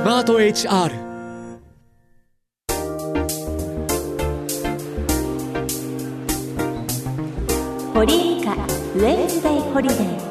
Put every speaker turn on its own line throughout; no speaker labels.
スマート HR。
堀井美香ウェンズデイホリデー。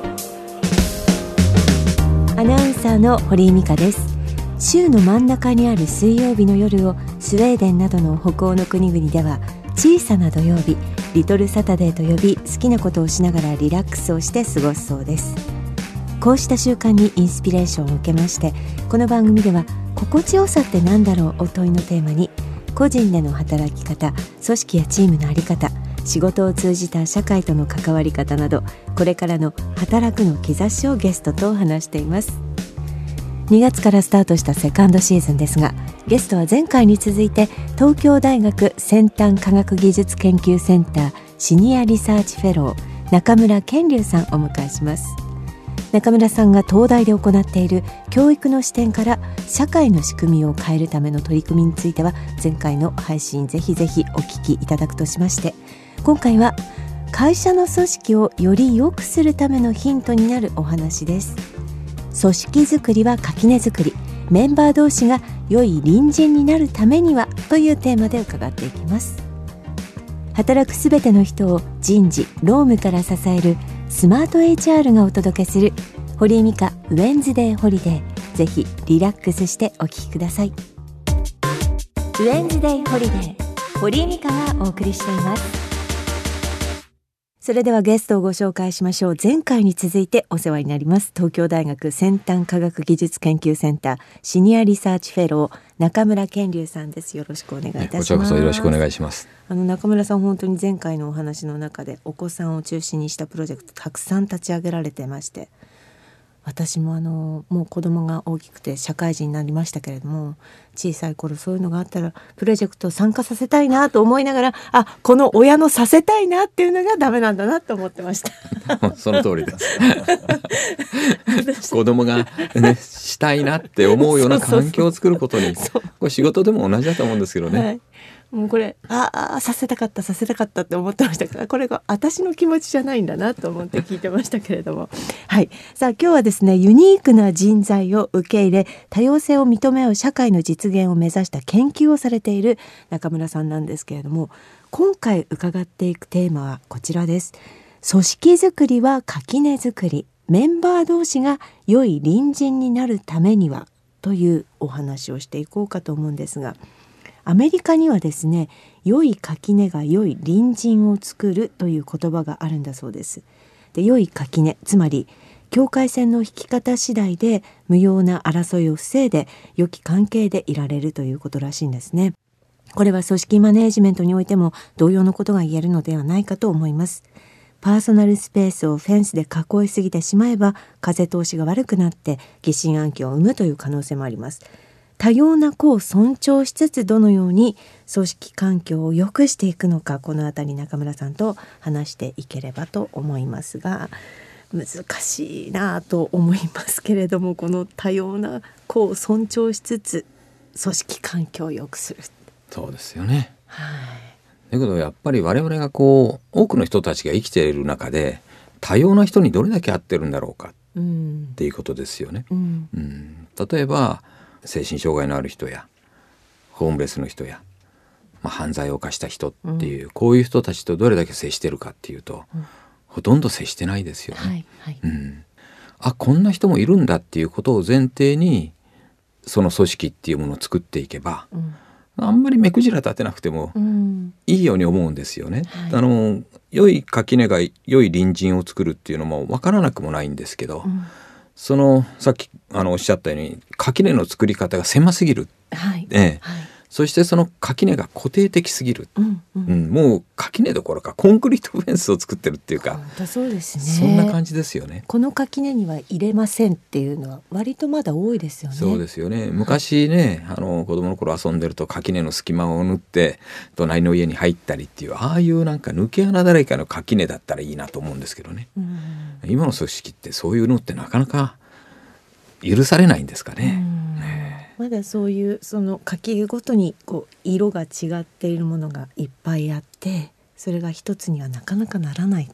アナウンサーの堀井美香です。週の真ん中にある水曜日の夜をスウェーデンなどの北欧の国々では小さな土曜日、リトルサタデーと呼び、好きなことをしながらリラックスをして過ごすそうです。こうした習慣にインスピレーションを受けまして、この番組では心地よさって何だろうを問いのテーマに、個人での働き方、組織やチームの在り方、仕事を通じた社会との関わり方など、これからの働くの兆しをゲストと話しています。2月からスタートしたセカンドシーズンですが、ゲストは前回に続いて東京大学先端科学技術研究センターシニアリサーチフェロー中村健龍さんをお迎えします。中村さんが東大で行っている教育の視点から社会の仕組みを変えるための取り組みについては、前回の配信ぜひぜひお聞きいただくとしまして、今回は会社の組織をより良くするためのヒントになるお話です。組織づくりは垣根づくり、メンバー同士が良い隣人になるためにはというテーマで伺っていきます。働くすべての人を人事・労務から支えるスマート HR がお届けする堀井美香ウェンズデーホリデー。ぜひリラックスしてお聞きください。ウェンズデーホリデー、堀井美香がお送りしています。それではゲストをご紹介しましょう。前回に続いてお世話になります、東京大学先端科学技術研究センターシニアリサーチフェロー中村健龍さんです。よろしくお願いいたします。
こちらこそよろしくお願いします。
中村さん、本当に前回のお話の中でお子さんを中心にしたプロジェクトたくさん立ち上げられてまして、私ももう子供が大きくて社会人になりましたけれども、小さい頃そういうのがあったらプロジェクトを参加させたいなと思いながら、この親のさせたいなっていうのがダメなんだなと思ってました
その通りです子供が、したいなって思うような環境を作ることに、これ仕事でも同じだと思うんですけどね、はい、
もうこれさせたかったって思ってましたから、これが私の気持ちじゃないんだなと思って聞いてましたけれどもはい、さあ今日はですね、ユニークな人材を受け入れ多様性を認め合う社会の実現を目指した研究をされている中村さんなんですけれども、今回伺っていくテーマはこちらです。組織づくりは垣根づくり、メンバー同士が良い隣人になるためにはというお話をしていこうかと思うんですが、アメリカにはですね、良い垣根が良い隣人を作るという言葉があるんだそうです。で、良い垣根、つまり境界線の引き方次第で無用な争いを防いで良き関係でいられるということらしいんですね。これは組織マネージメントにおいても同様のことが言えるのではないかと思います。パーソナルスペースをフェンスで囲いすぎてしまえば風通しが悪くなって疑心暗鬼を生むという可能性もあります。多様な子を尊重しつつ、どのように組織環境を良くしていくのか、このあたり中村さんと話していければと思いますが、難しいなと思いますけれども、この多様な子を尊重しつつ組織環境を良くする。
そうですよね。
はい。
だけどやっぱり我々が多くの人たちが生きている中で多様な人にどれだけ合ってるんだろうかっていうことですよね。例えば精神障害のある人やホームレスの人や、犯罪を犯した人っていう、こういう人たちとどれだけ接してるかっていうと、ほとんど接してないですよね。こんな人もいるんだっていうことを前提にその組織っていうものを作っていけば、あんまり目くじら立てなくてもいいように思うんですよね。良い垣根が良い隣人を作るっていうのも分からなくもないんですけど、さっきおっしゃったように垣根の作り方が狭すぎる、そしてその垣根が固定的すぎる、もう垣根どころかコンクリートフェンスを作ってるっていうか、
本当そうですね。
そんな感じですよね。
この垣根には入れませんっていうのは割とまだ多いですよね。
そうですよね。昔ね、子供の頃遊んでると垣根の隙間を縫って隣の家に入ったりっていう、ああいうなんか抜け穴だらけの垣根だったらいいなと思うんですけどね、今の組織ってそういうのってなかなか許されないんですかね。
まだそういうその垣ごとに色が違っているものがいっぱいあって、それが一つにはなかなかならないっていう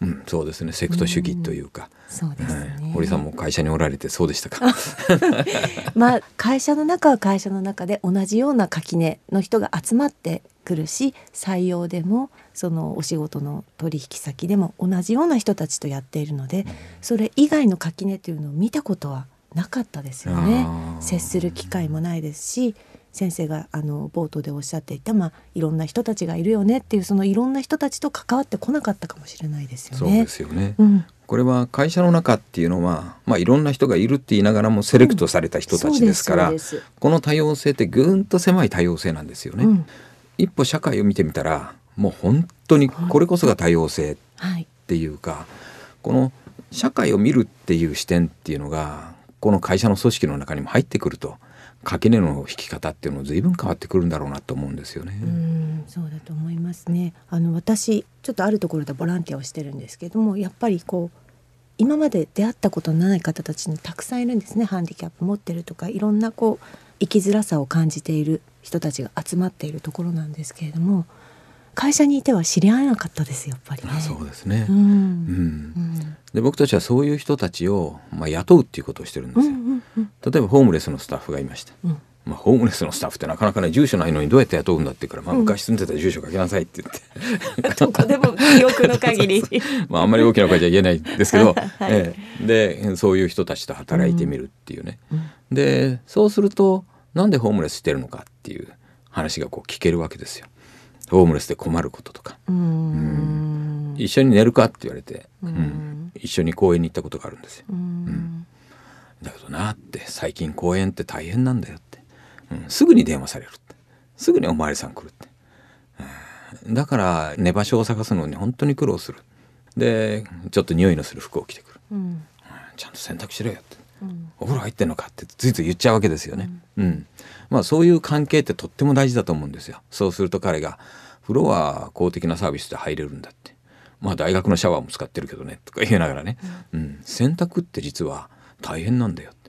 そうですね、セクト主義というか、
そうですね、
堀さんも会社におられてそうでしたか？
会社の中は会社の中で同じような垣根の人が集まってくるし、採用でもそのお仕事の取引先でも同じような人たちとやっているので、それ以外の垣根というのを見たことはなかったですよね。接する機会もないですし、先生が冒頭でおっしゃっていた、いろんな人たちがいるよねっていう、そのいろんな人たちと関わってこなかったかもしれないですよね。
そうですよね、これは会社の中っていうのは、いろんな人がいるって言いながらもセレクトされた人たちですから、この多様性ってぐーんと狭い多様性なんですよね、一歩社会を見てみたらもう本当にこれこそが多様性っていうか、この社会を見るっていう視点っていうのがこの会社の組織の中にも入ってくると、垣根の引き方っていうのも随分変わってくるんだろうなと思うんですよね。
そうだと思いますね。私ちょっとあるところでボランティアをしてるんですけども、やっぱり今まで出会ったことのない方たちにたくさんいるんですね。ハンディキャップ持ってるとか、いろんな生きづらさを感じている人たちが集まっているところなんですけれども、会社にいては知り合えなかったですやっぱりね。
そうですね、で僕たちはそういう人たちを、雇うっていうことをしてるんですよ、例えばホームレスのスタッフがいました、ホームレスのスタッフってなかなかね、住所ないのにどうやって雇うんだって言うから、昔住んでた住所書きなさいって言ってど
こでも記憶の限り
あんまり大きな声じゃ言えないですけど、でそういう人たちと働いてみるっていうね、でそうするとなんでホームレスしてるのかっていう話が聞けるわけですよ。ホームレスで困ることとか、一緒に寝るかって言われて、一緒に公園に行ったことがあるんですよ、だけどなって、最近公園って大変なんだよって、すぐに電話されるって、すぐにおまわりさん来るって、だから寝場所を探すのに本当に苦労する。でちょっと匂いのする服を着てくる、ちゃんと洗濯しろよって、お風呂入ってんのかってついつい言っちゃうわけですよね、そういう関係ってとっても大事だと思うんですよ。そうすると彼が風呂は公的なサービスで入れるんだって、大学のシャワーも使ってるけどねとか言いながらね、洗濯って実は大変なんだよって、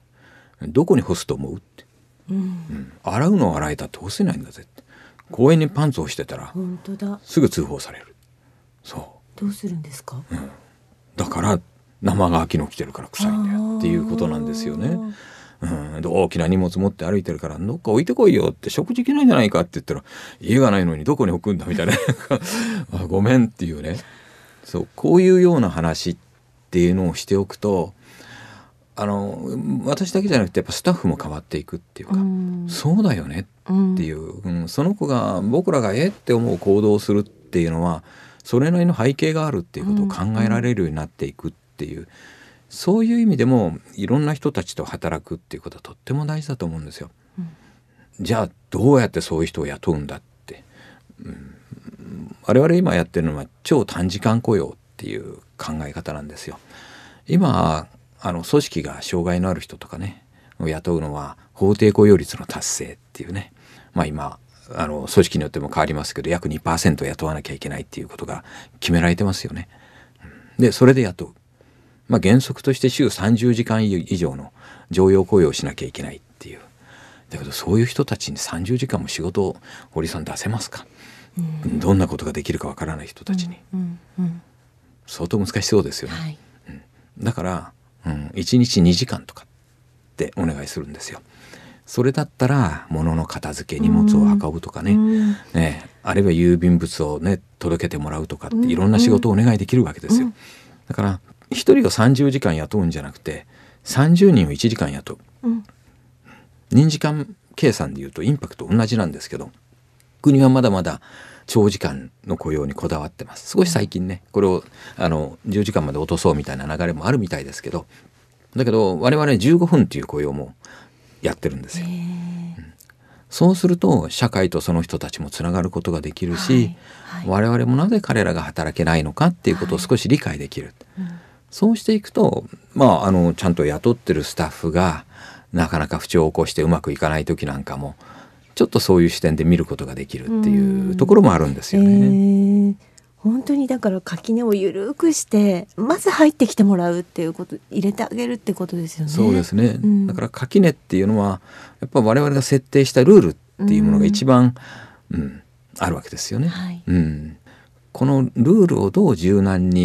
どこに干すと思うって、洗うのを洗えたって干せないんだぜって、公園にパンツをしてたら
本当だ、
すぐ通報される。そう
どうするんですか、
だから生乾きの着てるから臭いんだよっていうことなんですよね。で大きな荷物持って歩いてるからどっか置いてこいよって、食事いけないんじゃないかって言ったら、家がないのにどこに置くんだみたいなごめんっていうね。そうこういうような話っていうのをしておくと、私だけじゃなくてやっぱスタッフも変わっていくっていうか、そうだよねっていう、その子が僕らがって思う行動をするっていうのはそれなりの背景があるっていうことを考えられるようになっていくっていう、そういう意味でもいろんな人たちと働くっていうことはとっても大事だと思うんですよ、じゃあどうやってそういう人を雇うんだって、我々今やってるのは超短時間雇用っていう考え方なんですよ。今組織が障害のある人とかねを雇うのは法定雇用率の達成っていうね、今組織によっても変わりますけど約 2% 雇わなきゃいけないっていうことが決められてますよね。でそれで雇う、原則として週30時間以上の常用雇用をしなきゃいけないっていう。だけどそういう人たちに30時間も仕事を堀さん出せますか、どんなことができるかわからない人たちに、相当難しそうですよね、だから、1日2時間とかってお願いするんですよ。それだったら物の片付け、荷物を運ぶとかね、あるいは郵便物をね届けてもらうとかっていろんな仕事をお願いできるわけですよ、だから1人を30時間雇うんじゃなくて30人を1時間雇う、人時間計算でいうとインパクト同じなんですけど、国はまだまだ長時間の雇用にこだわってます。少し最近ねこれを10時間まで落とそうみたいな流れもあるみたいですけど、だけど我々15分っていう雇用もやってるんですよ、そうすると社会とその人たちもつながることができるし、我々もなぜ彼らが働けないのかっていうことを少し理解できる、そうしていくと、ちゃんと雇ってるスタッフがなかなか不調を起こしてうまくいかない時なんかもちょっとそういう視点で見ることができるっていうところもあるんですよね。
本当にだから垣根を緩くしてまず入ってきてもらうっていうこと、入れてあげるってことですよね。
そうですね、だから垣根っていうのはやっぱ我々が設定したルールっていうものが一番、あるわけですよね、このルールをどう柔軟に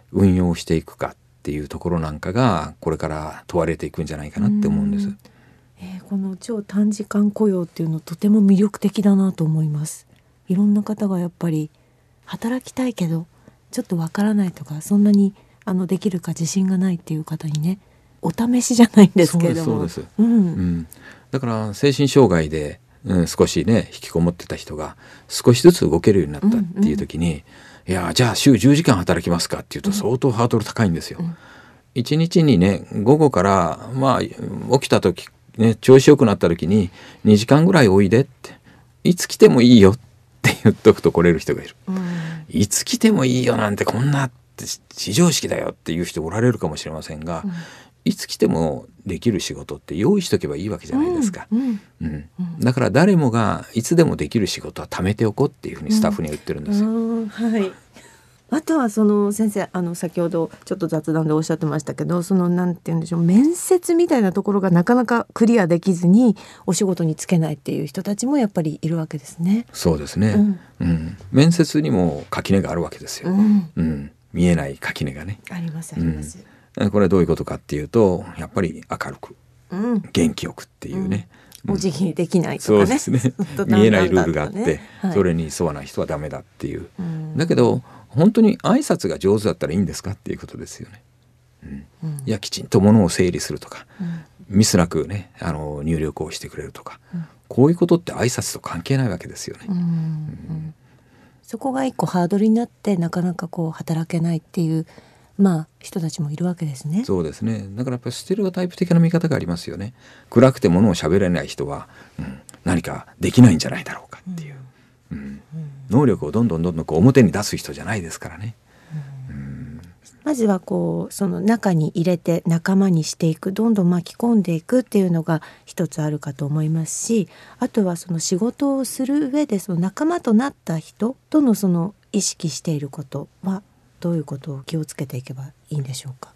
運用していくかっていうところなんかがこれから問われていくんじゃないかなって思うんです。
この超短時間雇用っていうのとても魅力的だなと思います。いろんな方がやっぱり働きたいけどちょっとわからないとか、そんなにできるか自信がないっていう方にね、お試しじゃないんですけれども、
そうです、だから精神障害で、少しね引きこもってた人が少しずつ動けるようになったっていう時に、いやじゃあ週10時間働きますかっていうと相当ハードル高いんですよ。1日にね午後から起きた時ね、調子よくなった時に2時間ぐらいおいでって、いつ来てもいいよって言っとくと来れる人がいる、いつ来てもいいよなんてこんなって非常識だよっていう人おられるかもしれませんが、いつ来てもできる仕事って用意しとけばいいわけじゃないですか、だから誰もがいつでもできる仕事は貯めておこうっていうふうにスタッフには言ってるんですよ、
あとは先生先ほどちょっと雑談でおっしゃってましたけど、なんて言うんでしょう、面接みたいなところがなかなかクリアできずにお仕事に就けないっていう人たちもやっぱりいるわけですね。
そうですね、面接にも垣根があるわけですよ、見えない垣根がね
ありますあります、
これはどういうことかっていうと、やっぱり明るく、元気よくっていうね、
お辞儀できないとかね、
そうですね見えないルールがあって、それに沿わない人はダメだっていう、だけど本当に挨拶が上手だったらいいんですかっていうことですよね、いやきちんと物を整理するとか、ミスなくね入力をしてくれるとか、こういうことって挨拶と関係ないわけですよね、
そこが一個ハードルになってなかなか働けないっていう人たちもいるわけですね。
そうですね。だからやっぱりステレオタイプ的な見方がありますよね。暗くて物を喋れない人は、何かできないんじゃないだろうかっていう、能力をどんどん表に出す人じゃないですからね、
まずはその中に入れて仲間にしていく、どんどん巻き込んでいくっていうのが一つあるかと思いますし、あとはその仕事をする上でその仲間となった人との意識していることはどういうことを気をつけていけばいいんでしょうか。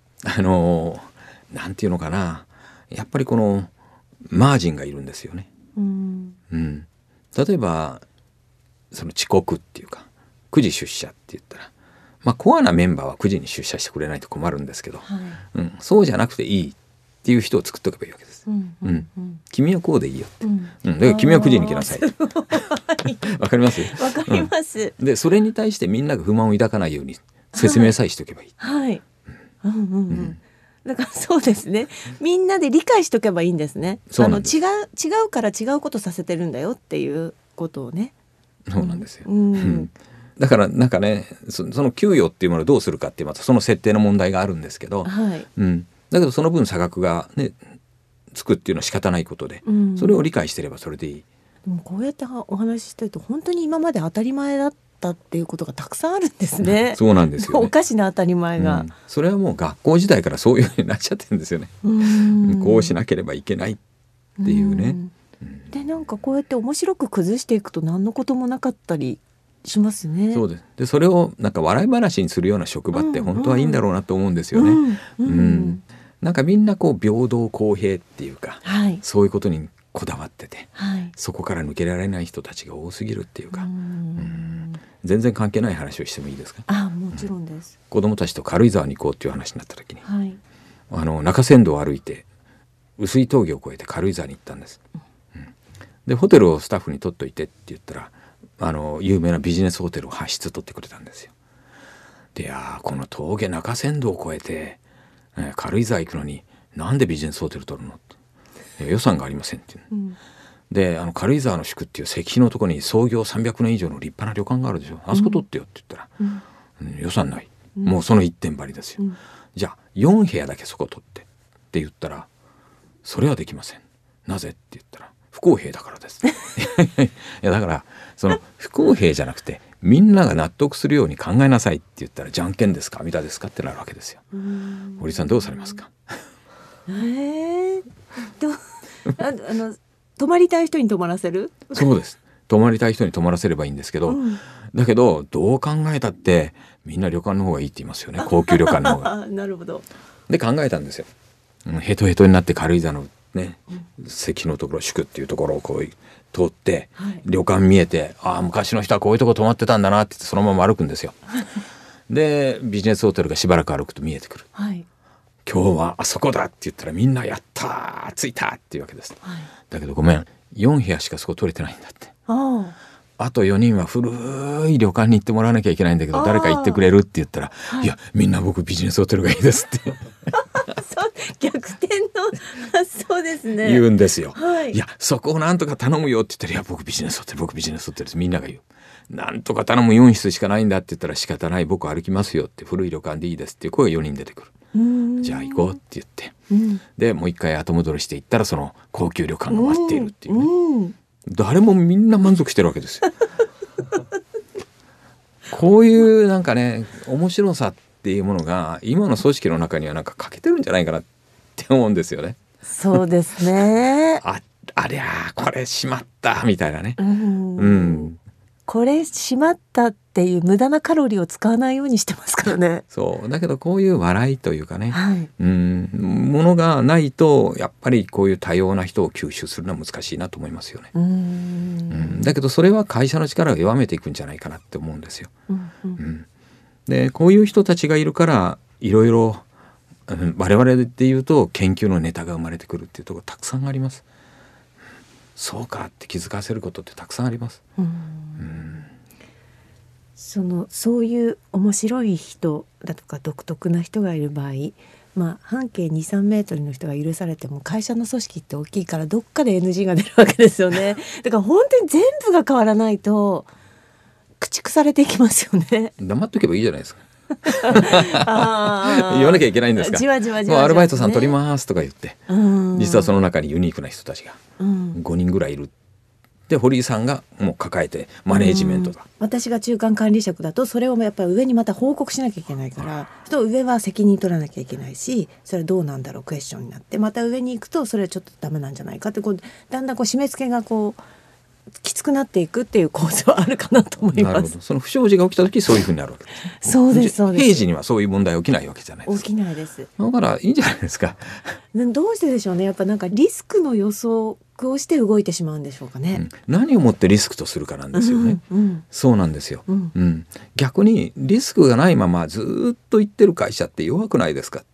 なんていうのかな、やっぱりこのマージンがいるんですよね、例えばその遅刻っていうか9時出社って言ったら、コアなメンバーは9時に出社してくれないと困るんですけど、そうじゃなくていいっていう人を作っておけばいいわけです、君はこうでいいよって、だから君は9時に来なさいわかります？
わかります、
でそれに対してみんなが不満を抱かないように説明さえしておけばいい、
だからそうですね、みんなで理解しておけばいいんですね。違うから違うことさせてるんだよっていうことをね。
そうなんですよ、だからなんかね、その給与っていうものをどうするかっていうまたその設定の問題があるんですけど、だけどその分差額がねつくっていうのは仕方ないことで、それを理解してればそれでいい。
でもこうやってお話ししてると本当に今まで当たり前だったっていうことがたくさんあるんですね。
そうなんですよね、
おかしな当たり前が、
それはもう学校時代からそういうふうになっちゃってるんですよね。こうしなければいけないっていうね、
でなんかこうやって面白く崩していくと何のこともなかったりしますね。
そうです。でそれをなんか笑い話にするような職場って本当はいいんだろうなと思うんですよね。なんかみんな平等公平っていうか、そういうことにこだわってて、そこから抜けられない人たちが多すぎるっていうか、全然関係ない話をしてもいいですか？
もちろんです。
子供たちと軽井沢に行こうっていう話になった時に、中山道を歩いて碓氷峠を越えて軽井沢に行ったんです、でホテルをスタッフに取っといてって言ったら有名なビジネスホテルを発室取ってくれたんですよ。でこの峠中山道を越えて、軽井沢行くのになんでビジネスホテル取るのって、予算がありませんっていう、で軽井沢の宿っていう石碑のところに創業300年以上の立派な旅館があるでしょ、あそこ取ってよって言ったら、予算ない、もうその一点張りですよ、じゃあ4部屋だけそこ取ってって言ったら、それはできません。なぜって言ったら不公平だからですいやだからその不公平じゃなくてみんなが納得するように考えなさいって言ったら、じゃんけんですか網田ですかってなるわけですよ。堀さんどうされますか？
泊まりたい人に泊まらせる？
そうです、泊まりたい人に泊まらせればいいんですけど、だけどどう考えたってみんな旅館の方がいいって言いますよね、高級旅館の方が
なるほど。
で考えたんですよ、ヘトヘトになって軽井沢のね、石碑のところ宿っていうところをこう通って、旅館見えて、昔の人はこういうとこ泊まってたんだなって言ってそのまま歩くんですよでビジネスホテルがしばらく歩くと見えてくる、
はい、
今日はあそこだって言ったらみんなやったー着いたっていうわけです、はい、だけどごめん4部屋しかそこ取れてないんだって。あと4人は古い旅館に行ってもらわなきゃいけないんだけど誰か行ってくれるって言ったら、はい、いやみんな僕ビジネスホテルがいいですって
そう逆転の発想ですね。
言うんですよ、
はい、
いやそこをなんとか頼むよって言ったらいや僕ビジネスホテル僕ビジネスホテルってみんなが言う。なんとか頼む4室しかないんだって言ったら仕方ない僕歩きますよって古い旅館でいいですっていう声が4人出てくる。じゃあ行こうって言って、でもう一回後戻りして行ったらその高級旅館が待っているっていうね、誰もみんな満足してるわけですよこういうなんかね面白さっていうものが今の組織の中にはなんか欠けてるんじゃないかなって思うんですよね。
そうですね
ありゃこれしまったみたいなね、
これしまったっていう無駄なカロリーを使わないようにしてますからね。
そうだけどこういう笑いというかね、はい、ものがないとやっぱりこういう多様な人を吸収するのは難しいなと思いますよね。だけどそれは会社の力を弱めていくんじゃないかなって思うんですよ。でこういう人たちがいるからいろいろ我々で言うと研究のネタが生まれてくるっていうところたくさんあります。そうかって気づかせることってたくさんあります。
そういう面白い人だとか独特な人がいる場合、半径 2,3 メートルの人が許されても会社の組織って大きいからどっかで NG が出るわけですよねだから本当に全部が変わらないと駆逐されていきますよね。
黙っとけばいいじゃないですか言わなきゃいけないんですか。
じわじわじわじわ、
アルバイトさん取りますとか言って、実はその中にユニークな人たちが5人ぐらいいる。で堀井さんがもう抱えてマネージメントだ、
私が中間管理職だとそれをやっぱり上にまた報告しなきゃいけないからと上は責任取らなきゃいけないしそれはどうなんだろうクエスチョンになってまた上に行くとそれはちょっとダメなんじゃないかってだんだん締め付けがきつくなっていくっていう構図はあるかなと思います。
なるほど。その不祥事が起きた時そういうふうになるわけです。
そうですそうです。
平時にはそういう問題起きないわけじゃないですか。
起きないです。
だからいいんじゃないですか
どうしてでしょうね。やっぱなんかリスクの予想をして動いてしまうんでしょうかね、
何をもってリスクとするかなんですよね、そうなんですよ、逆にリスクがないままずっと言ってる会社って弱くないですかって、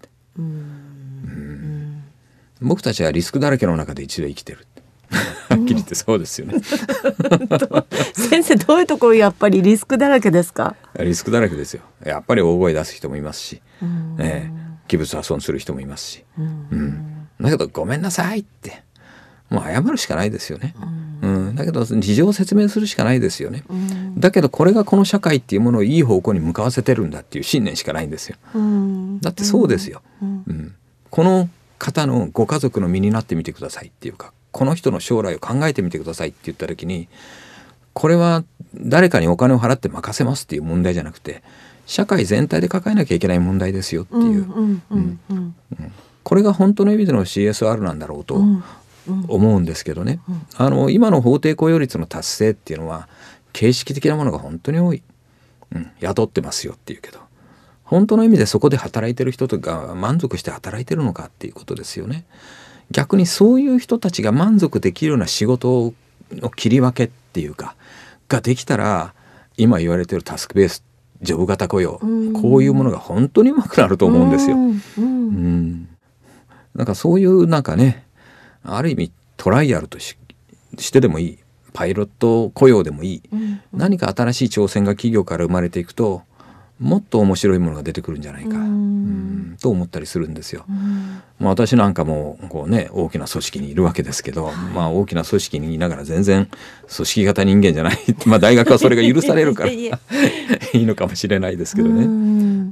僕たちはリスクだらけの中で一度生きてるはっきり言ってそうですよね
先生どういうところやっぱりリスクだらけですか。
リスクだらけですよ。やっぱり大声出す人もいますし、器物破損する人もいますし、だけどごめんなさいってもう謝るしかないですよね、だけど事情を説明するしかないですよね、だけどこれがこの社会っていうものをいい方向に向かわせてるんだっていう信念しかないんですよ、だってそうですよ、この方のご家族の身になってみてくださいっていうかこの人の将来を考えてみてくださいって言った時にこれは誰かにお金を払って任せますっていう問題じゃなくて社会全体で抱えなきゃいけない問題ですよっていうこれが本当の意味での CSR なんだろうと思うんですけどね、今の法定雇用率の達成っていうのは形式的なものが本当に多い、雇ってますよっていうけど本当の意味でそこで働いてる人とか満足して働いてるのかっていうことですよね。逆にそういう人たちが満足できるような仕事の切り分けっていうかができたら今言われてるタスクベースジョブ型雇用、こういうものが本当にうまくなると思うんですよ。なんかそういうなんかねある意味トライアルとしてでもいいパイロット雇用でもいい、何か新しい挑戦が企業から生まれていくともっと面白いものが出てくるんじゃないかと思ったりするんですよ。私なんかも大きな組織にいるわけですけど、大きな組織にいながら全然組織型人間じゃない大学はそれが許されるからいいのかもしれないですけどね。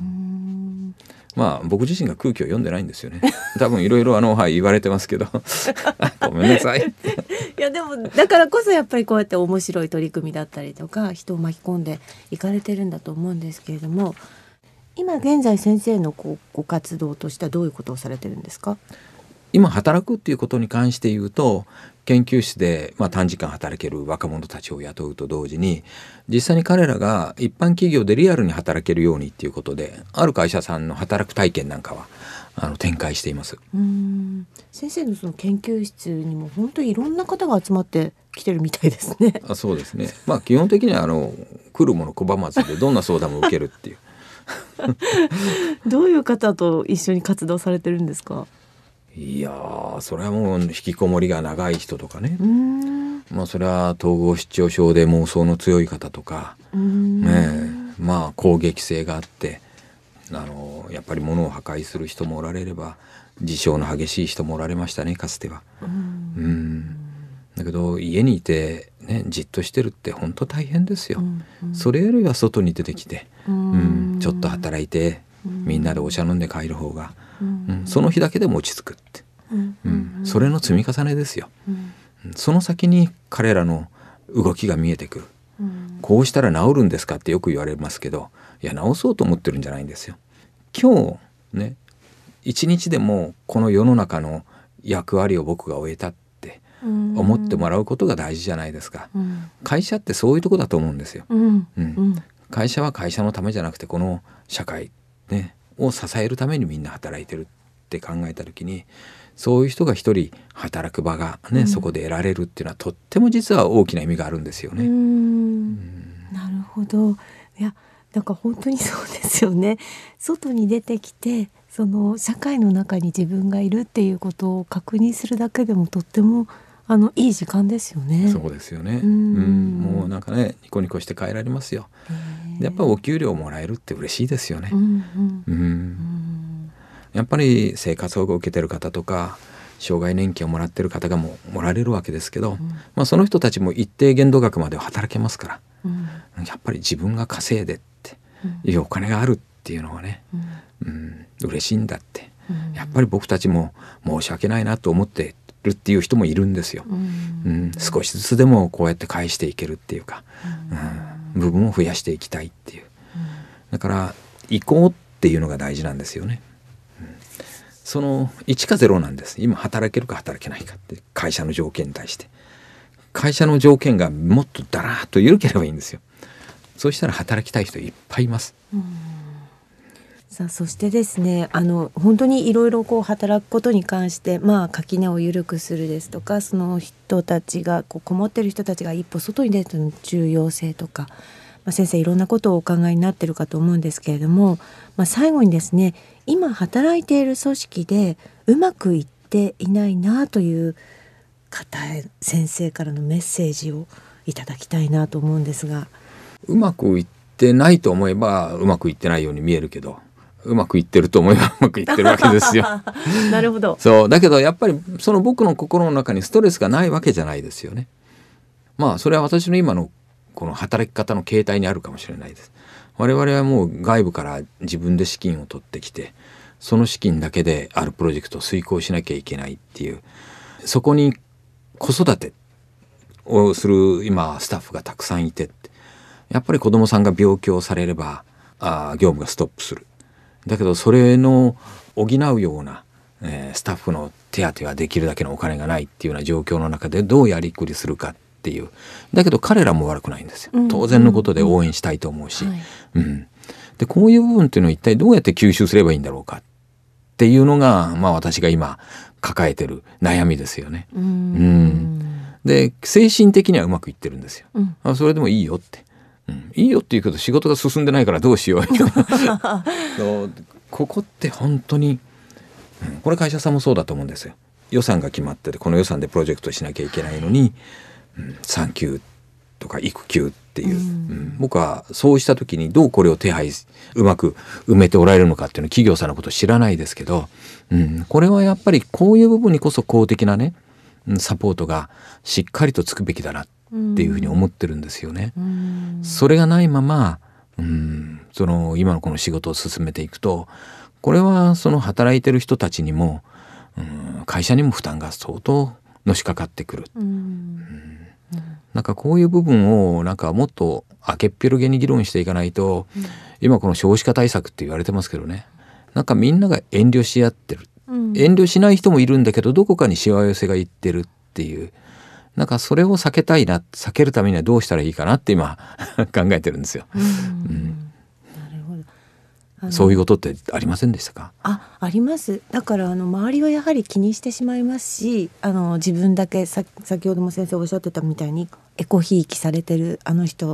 僕自身が空気を読んでないんですよね。多分いろいろ言われてますけどごめんなさい
いやでもだからこそやっぱりこうやって面白い取り組みだったりとか人を巻き込んでいかれてるんだと思うんですけれども今現在先生のご活動としてはどういうことをされてるんですか。
今働くっていうことに関して言うと研究室で短時間働ける若者たちを雇うと同時に実際に彼らが一般企業でリアルに働けるようにっていうことである会社さんの働く体験なんかは展開しています。
先生のその研究室にも本当にいろんな方が集まってきてるみたいですね。
そうですね、基本的には来るもの拒まずでどんな相談も受けるっていう
どういう方と一緒に活動されてるんですか？
いやそれはもう引きこもりが長い人とかね、それは統合失調症で妄想の強い方とか、攻撃性があってやっぱり物を破壊する人もおられれば、自傷の激しい人もおられましたね、かつては。だけど家にいて、じっとしてるって本当大変ですよ。それよりは外に出てきて、ちょっと働いてみんなでお茶飲んで帰る方が、その日だけでも落ち着くって、それの積み重ねですよ。その先に彼らの動きが見えてくる。こうしたら治るんですかってよく言われますけど、いや治そうと思ってるんじゃないんですよ。今日ね、一日でもこの世の中の役割を僕が終えたって思ってもらうことが大事じゃないですか。会社ってそういうとこだと思うんですよ。会社は会社のためじゃなくて、この社会、を支えるためにみんな働いてるって考えた時に、そういう人が一人働く場がそこで得られるっていうのはとっても実は大きな意味があるんですよね。
なるほど。いや、なんか本当にそうですよね。外に出てきてその社会の中に自分がいるっていうことを確認するだけでもとってもいい時間ですよね。
そうですよね。もうなんかね、ニコニコして帰られますよ。でやっぱりお給料もらえるって嬉しいですよね。やっぱり生活保護を受けてる方とか障害年金をもらってる方がもられるわけですけど、その人たちも一定限度額までは働けますから、やっぱり自分が稼いでっていうお金があるっていうのはね、嬉しいんだって、やっぱり僕たちも申し訳ないなと思ってるっていう人もいるんですよ。少しずつでもこうやって返していけるっていうか、部分を増やしていきたいっていう、だから移行っていうのが大事なんですよね。その1か0なんです。今働けるか働けないかって会社の条件に対して、会社の条件がもっとだらーっと緩ければいいんですよ。そうしたら働きたい人いっぱいいます。
さあ、そしてですね、本当にいろいろ働くことに関して、垣根を緩くするですとか、その人たちがこもってる人たちが一歩外に出るの重要性とか、先生いろんなことをお考えになっているかと思うんですけれども、最後にですね、今働いている組織でうまくいっていないなという方へ先生からのメッセージをいただきたいなと思うんですが。
うまくいってないと思えばうまくいってないように見えるけど、うまくいってると思えばうまくいってるわけですよ。
なるほど。
そうだけどやっぱりその僕の心の中にストレスがないわけじゃないですよね。それは私の今のこの働き方の形態にあるかもしれないです。我々はもう外部から自分で資金を取ってきて、その資金だけであるプロジェクトを遂行しなきゃいけないっていう、そこに子育てをする今スタッフがたくさんいて、やっぱり子どもさんが病気をされれば業務がストップする。だけどそれの補うような、スタッフの手当はできるだけのお金がないっていうような状況の中でどうやりくりするかっていう。だけど彼らも悪くないんですよ。当然のことで応援したいと思うし、でこういう部分っていうのを一体どうやって吸収すればいいんだろうかっていうのが、私が今抱えてる悩みですよね。で精神的にはうまくいってるんですよ。それでもいいよって、いいよって言うけど仕事が進んでないからどうしようここって本当に、これ会社さんもそうだと思うんですよ。予算が決まってて、この予算でプロジェクトしなきゃいけないのに、産休とか育休っていう、僕はそうした時にどうこれを手配うまく埋めておられるのかっていうのは企業さんのこと知らないですけど、これはやっぱりこういう部分にこそ公的なねサポートがしっかりとつくべきだなっていうふうに思ってるんですよね。それがないまま、その今のこの仕事を進めていくと、これはその働いてる人たちにも、会社にも負担が相当のしかかってくる。なんかこういう部分をなんかもっと明けっぴろげに議論していかないと、今この少子化対策って言われてますけどね、なんかみんなが遠慮し合ってる、遠慮しない人もいるんだけどどこかにしわ寄せがいってるっていう、なんかそれを避けたいな、避けるためにはどうしたらいいかなって今考えてるんですよ。な
るほど。
そういうことってありませんでしたか？
あります。だから周りはやはり気にしてしまいますし、自分だけ先ほども先生おっしゃってたみたいにエコひいきされてるあの人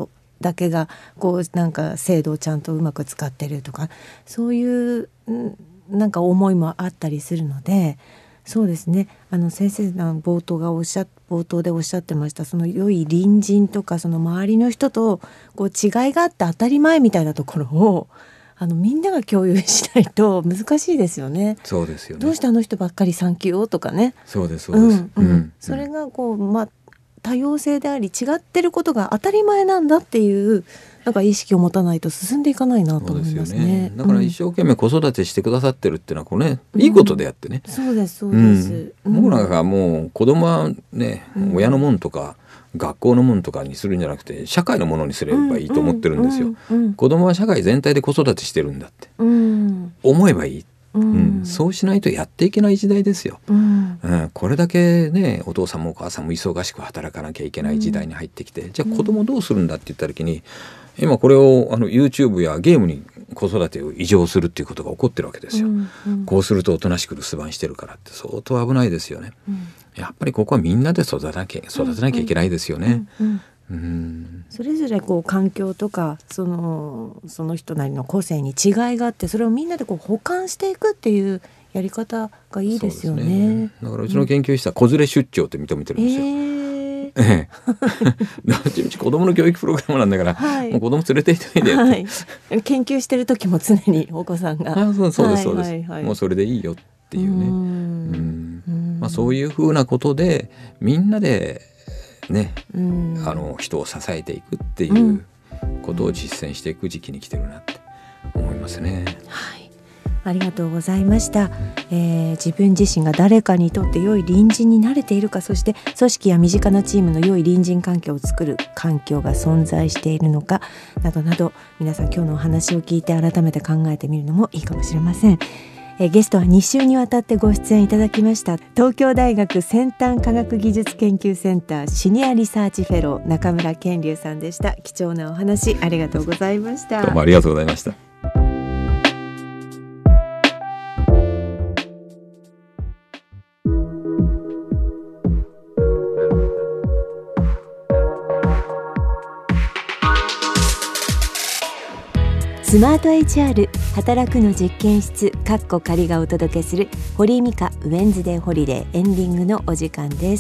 だけがこうなんか制度をちゃんとうまく使ってるとか、そういうなんか思いもあったりするので、そうですね、先生の冒頭でおっしゃってました、その良い隣人とかその周りの人とこう違いがあって当たり前みたいなところをみんなが共有しないと難しいですよね。
そうですよね。
どうしてあの人ばっかり産休をとかね。
そうですそうです、
それがこう、多様性であり違ってることが当たり前なんだっていうなんか意識を持たないと進んでいかないなと思いますね。
だから一生懸命子育てしてくださってるっていうのはこれね、いいことであってね、
そうですそうです、
僕なんかもう子供はね、親のもんとか学校のもんとかにするんじゃなくて社会のものにすればいいと思ってるんですよ。子供は社会全体で子育てしてるんだって、思えばいい、そうしないとやっていけない時代ですよ、これだけねお父さんもお母さんも忙しく働かなきゃいけない時代に入ってきて、じゃあ子供どうするんだって言った時に、今これをYouTube やゲームに子育てを異常するっていうことが起こってるわけですよ、こうするとおとなしく留守番してるからって相当危ないですよね、やっぱりここはみんなで育てなきゃいけないですよね。
それぞれこう環境とかその人なりの個性に違いがあって、それをみんなでこう補完していくっていうやり方がいいですよね。
だからうちの研究室は子連れ出張って認めてるんですよ。うち子供の教育プログラムなんだから、もう子供連れて行ってないでって、
研究してる時も常にお子さんが
そうです、もうそれでいいよっていうね、そういうふうなことでみんなでね、人を支えていくっていうことを実践していく時期に来てるなって思いますね。
ありがとうございました。自分自身が誰かにとって良い隣人になれているか、そして組織や身近なチームの良い隣人関係を作る環境が存在しているのかなどなど、皆さん今日のお話を聞いて改めて考えてみるのもいいかもしれません。ゲストは2週にわたってご出演いただきました東京大学先端科学技術研究センターシニアリサーチフェロー中村健龍さんでした。貴重なお話ありがとうございました。
どうもありがとうございました。
スマート HR 働くの実験室仮がお届けする堀井美香ウェンズデーホリデーエンディングのお時間です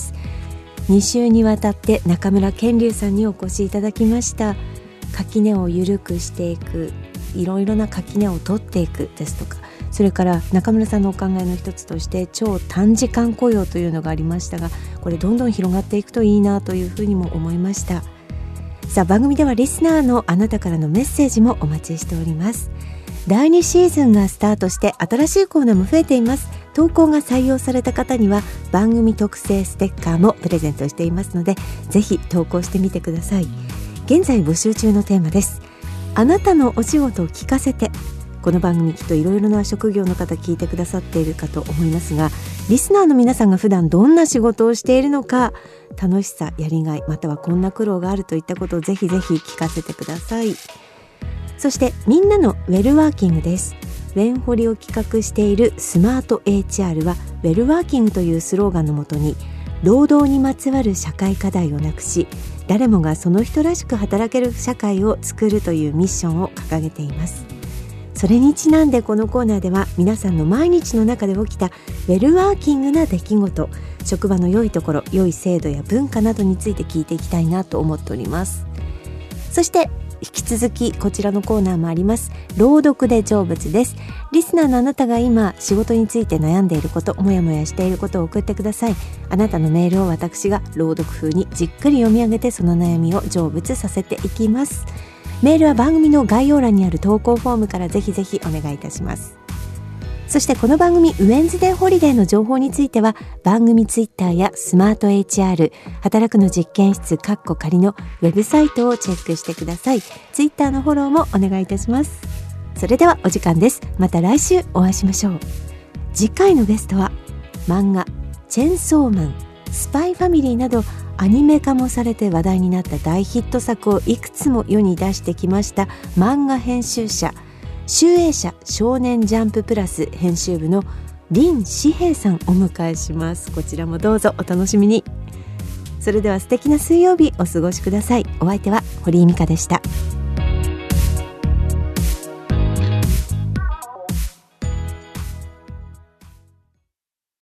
。2週にわたって中村健龍さんにお越しいただきました。垣根を緩くしていく、いろいろな垣根を取っていくですとか、それから中村さんのお考えの一つとして超短時間雇用というのがありましたが、これどんどん広がっていくといいなというふうにも思いました。さあ、番組ではリスナーのあなたからのメッセージもお待ちしております。第2シーズンがスタートして新しいコーナーも増えています。投稿が採用された方には番組特製ステッカーもプレゼントしていますので、ぜひ投稿してみてください。現在募集中のテーマです。あなたのお仕事を聞かせて。この番組きっといろいろな職業の方聞いてくださっているかと思いますが、リスナーの皆さんが普段どんな仕事をしているのか、楽しさ、やりがい、またはこんな苦労があるといったことをぜひぜひ聞かせてください。そしてみんなのウェルワーキングです。ウェンホリを企画しているスマート HR はウェルワーキングというスローガンのもとに、労働にまつわる社会課題をなくし、誰もがその人らしく働ける社会を作るというミッションを掲げています。それにちなんでこのコーナーでは皆さんの毎日の中で起きたウェルワーキングな出来事、職場の良いところ、良い制度や文化などについて聞いていきたいなと思っております。そして引き続きこちらのコーナーもあります。朗読で成仏です。リスナーのあなたが今仕事について悩んでいること、もやもやしていることを送ってください。あなたのメールを私が朗読風にじっくり読み上げて、その悩みを成仏させていきます。メールは番組の概要欄にある投稿フォームからぜひぜひお願いいたします。そしてこの番組ウェンズデーホリデーの情報については、番組ツイッターやスマート HR 働くの実験室仮のウェブサイトをチェックしてください。ツイッターのフォローもお願いいたします。それではお時間です。また来週お会いしましょう。次回のゲストは漫画チェンソーマン、スパイファミリーなどアニメ化もされて話題になった大ヒット作をいくつも世に出してきました漫画編集者、集英社少年ジャンププラス編集部の林志平さんお迎えします。こちらもどうぞお楽しみに。 それでは素敵な水曜日お過ごしください。お相手は堀井美香でした。